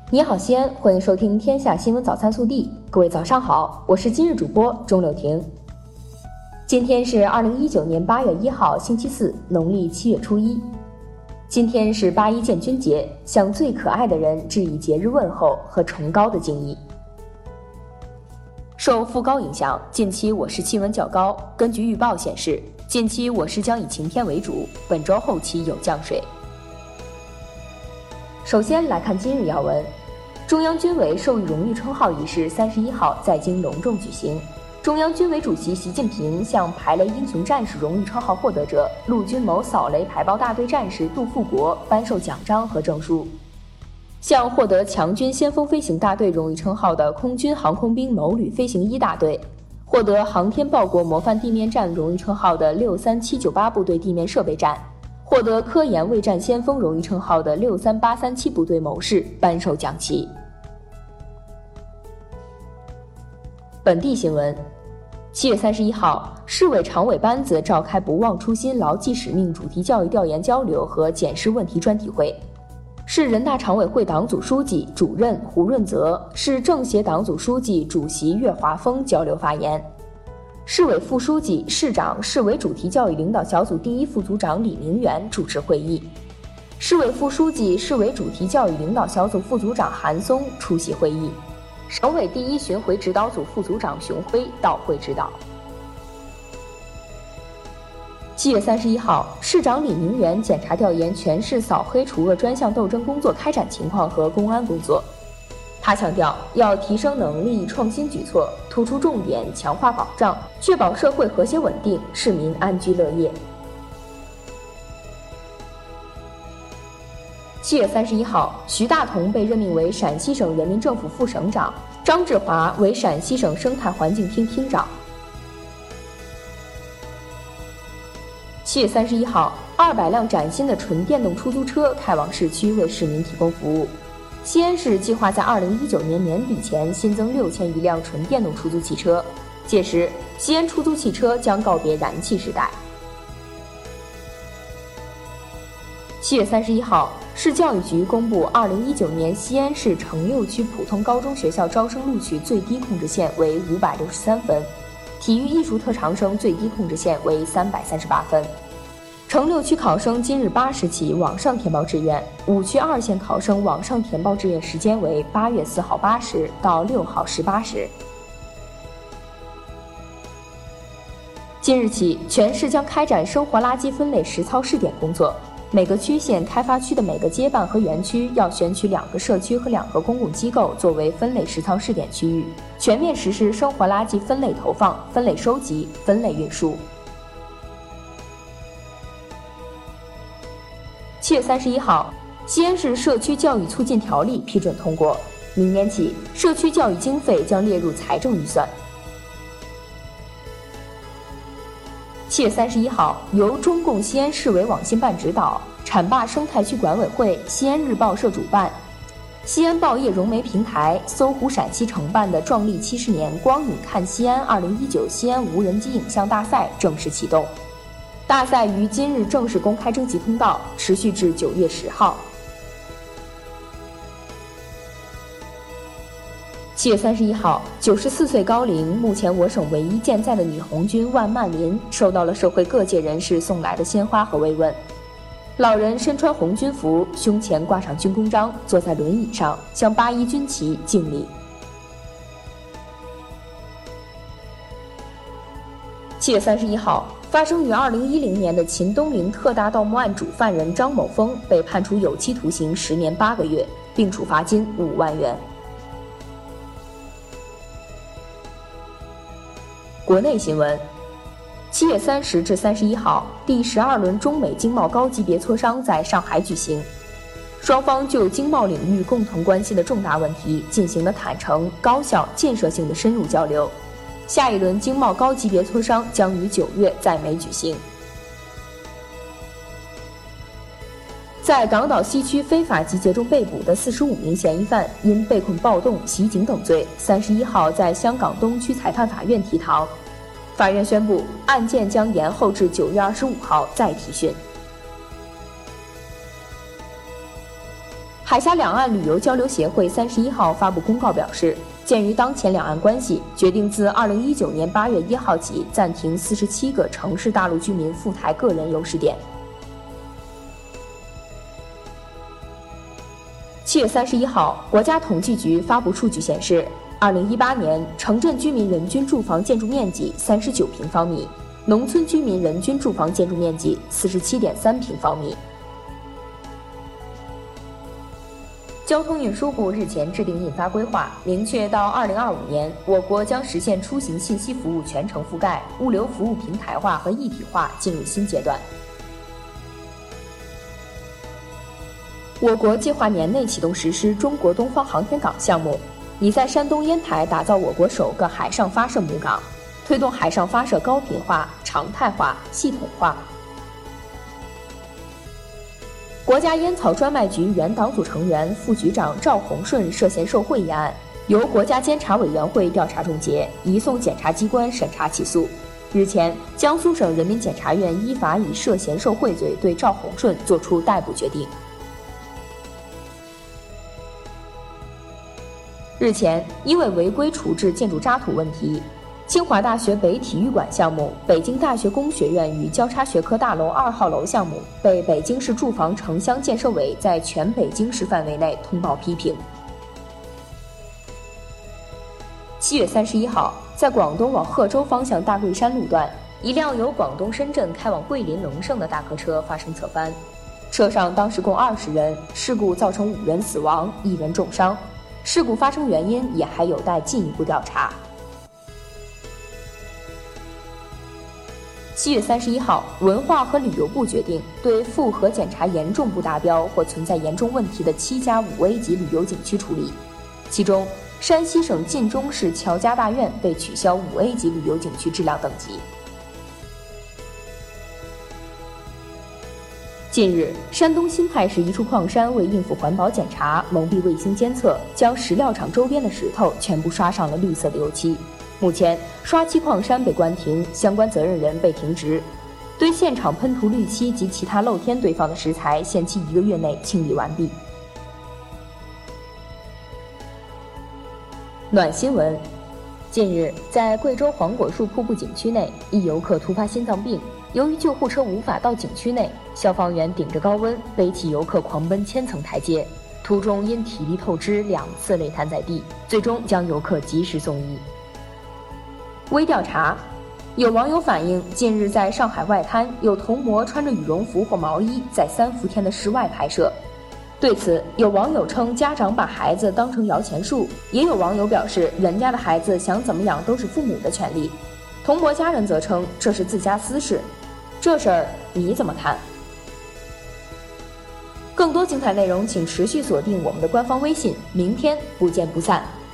你好西安，欢迎收听天下新闻早餐速递。各位早上好，我是今日主播钟柳婷。今天是2019年8月1号星期四，农历7月初1。今天是8·1建军节，向最可爱的人致以节日问候和崇高的敬意。受副高影响，近期我市气温较高。根据预报显示，近期我市将以晴天为主，本周后期有降水。首先来看今日要闻，中央军委授予荣誉称号仪式31号在京隆重举行。中央军委主席习近平向排雷英雄战士荣誉称号获得者陆军某扫雷排爆大队战士杜富国颁授奖章和证书，向获得强军先锋飞行大队荣誉称号的空军航空兵某旅飞行1大队，获得航天报国模范地面战荣誉称号的63798部队地面设备站，获得科研卫战先锋荣誉称号的63837部队某士颁授奖旗。本地新闻，7月31号，市委常委班子召开不忘初心、牢记使命主题教育调研交流和检视问题专题会。市人大常委会党组书记、主任胡润泽，市政协党组书记、主席岳华峰交流发言。市委副书记、市长、市委主题教育领导小组第一副组长李明远主持会议。市委副书记、市委主题教育领导小组副组长韩松出席会议。省委第一巡回指导组副组长熊辉到会指导。7月31号，市长李明远检查调研全市扫黑除恶专项斗争工作开展情况和公安工作。他强调，要提升能力、创新举措，突出重点，强化保障，确保社会和谐稳定，市民安居乐业。7月31号，徐大同被任命为陕西省人民政府副省长，张志华为陕西省生态环境厅厅长。7月31号，200辆崭新的纯电动出租车开往市区，为市民提供服务。西安市计划在2019年年底前新增6001辆纯电动出租汽车，届时西安出租汽车将告别燃气时代。7月31号，市教育局公布2019年西安市城6区普通高中学校招生录取最低控制线为563分，体育艺术特长生最低控制线为338分。城6区考生今日8时起网上填报志愿，5区2线考生网上填报志愿时间为8月4号8时到6号18时。今日起，全市将开展生活垃圾分类实操试点工作。每个区县开发区的每个街办和园区要选取2个社区和2个公共机构作为分类实操试点区域，全面实施生活垃圾分类投放、分类收集、分类运输。7月31号，西安市社区教育促进条例批准通过，明年起，社区教育经费将列入财政预算。7月31号，由中共西安市委网信办指导，浐灞生态区管委会、西安日报社主办，西安报业融媒平台、搜狐陕西承办的壮丽70年光影看西安2019西安无人机影像大赛正式启动。大赛于今日正式公开征集通道，持续至9月10号。7月31号，94岁高龄，目前我省唯一健在的女红军万曼林受到了社会各界人士送来的鲜花和慰问。老人身穿红军服，胸前挂上军功章，坐在轮椅上，向8·1军旗敬礼。7月31号，发生于2010年的秦东陵特大盗墓案主犯人张某峰被判处有期徒刑10年8个月，并处罚金5万元。国内新闻，7月30至31号，第12轮中美经贸高级别磋商在上海举行，双方就经贸领域共同关心的重大问题进行了坦诚、高效、建设性的深入交流。下一轮经贸高级别磋商将于9月在美举行。在港岛西区非法集结中被捕的45名嫌疑犯，因被困暴动、袭警等罪，31号在香港东区裁判法院提堂。法院宣布，案件将延后至9月25号再提讯。 海峡两岸旅游交流协会31号发布公告表示，鉴于当前两岸关系，决定自2019年8月1号起暂停47个城市大陆居民赴台个人游试点。7月31号，国家统计局发布数据显示，2018年城镇居民人均住房建筑面积39平方米，农村居民人均住房建筑面积47.3平方米。交通运输部日前制定印发规划，明确到2025年，我国将实现出行信息服务全程覆盖、物流服务平台化和一体化进入新阶段。我国计划年内启动实施中国东方航天港项目，拟在山东烟台打造我国首个海上发射母港，推动海上发射高频化、常态化、系统化。国家烟草专卖局原党组成员、副局长赵洪顺涉嫌受贿一案，由国家监察委员会调查终结，移送检察机关审查起诉。日前，江苏省人民检察院依法以涉嫌受贿罪对赵洪顺作出逮捕决定。日前，因为违规处置建筑渣土问题，清华大学北体育馆项目、北京大学工学院与交叉学科大楼2号楼项目被北京市住房城乡建设委在全北京市范围内通报批评。7月31号，在广东往贺州方向大桂山路段，一辆由广东深圳开往桂林龙胜的大客车发生侧翻，车上当时共20人，事故造成5人死亡，1人重伤，事故发生原因也还有待进一步调查。7月31号，文化和旅游部决定对复核检查严重不达标或存在严重问题的7家5A 级旅游景区处理，其中山西省晋中市乔家大院被取消5A 级旅游景区质量等级。近日，山东新泰市一处矿山为应付环保检查，蒙蔽卫星监测，将石料场周边的石头全部刷上了绿色的油漆。目前，刷漆矿山被关停，相关责任人被停职，对现场喷涂绿漆及其他露天堆放的石材，限期1个月内清理完毕。暖新闻：近日，在贵州黄果树瀑布景区内，一游客突发心脏病，由于救护车无法到景区内，消防员顶着高温背起游客狂奔千层台阶，途中因体力透支2次累瘫在地，最终将游客及时送医。微调查，有网友反映，近日在上海外滩有童模穿着羽绒服或毛衣在3伏天的室外拍摄。对此，有网友称家长把孩子当成摇钱树，也有网友表示人家的孩子想怎么养都是父母的权利。童模家人则称这是自家私事，这事儿你怎么看？更多精彩内容请持续锁定我们的官方微信，明天不见不散。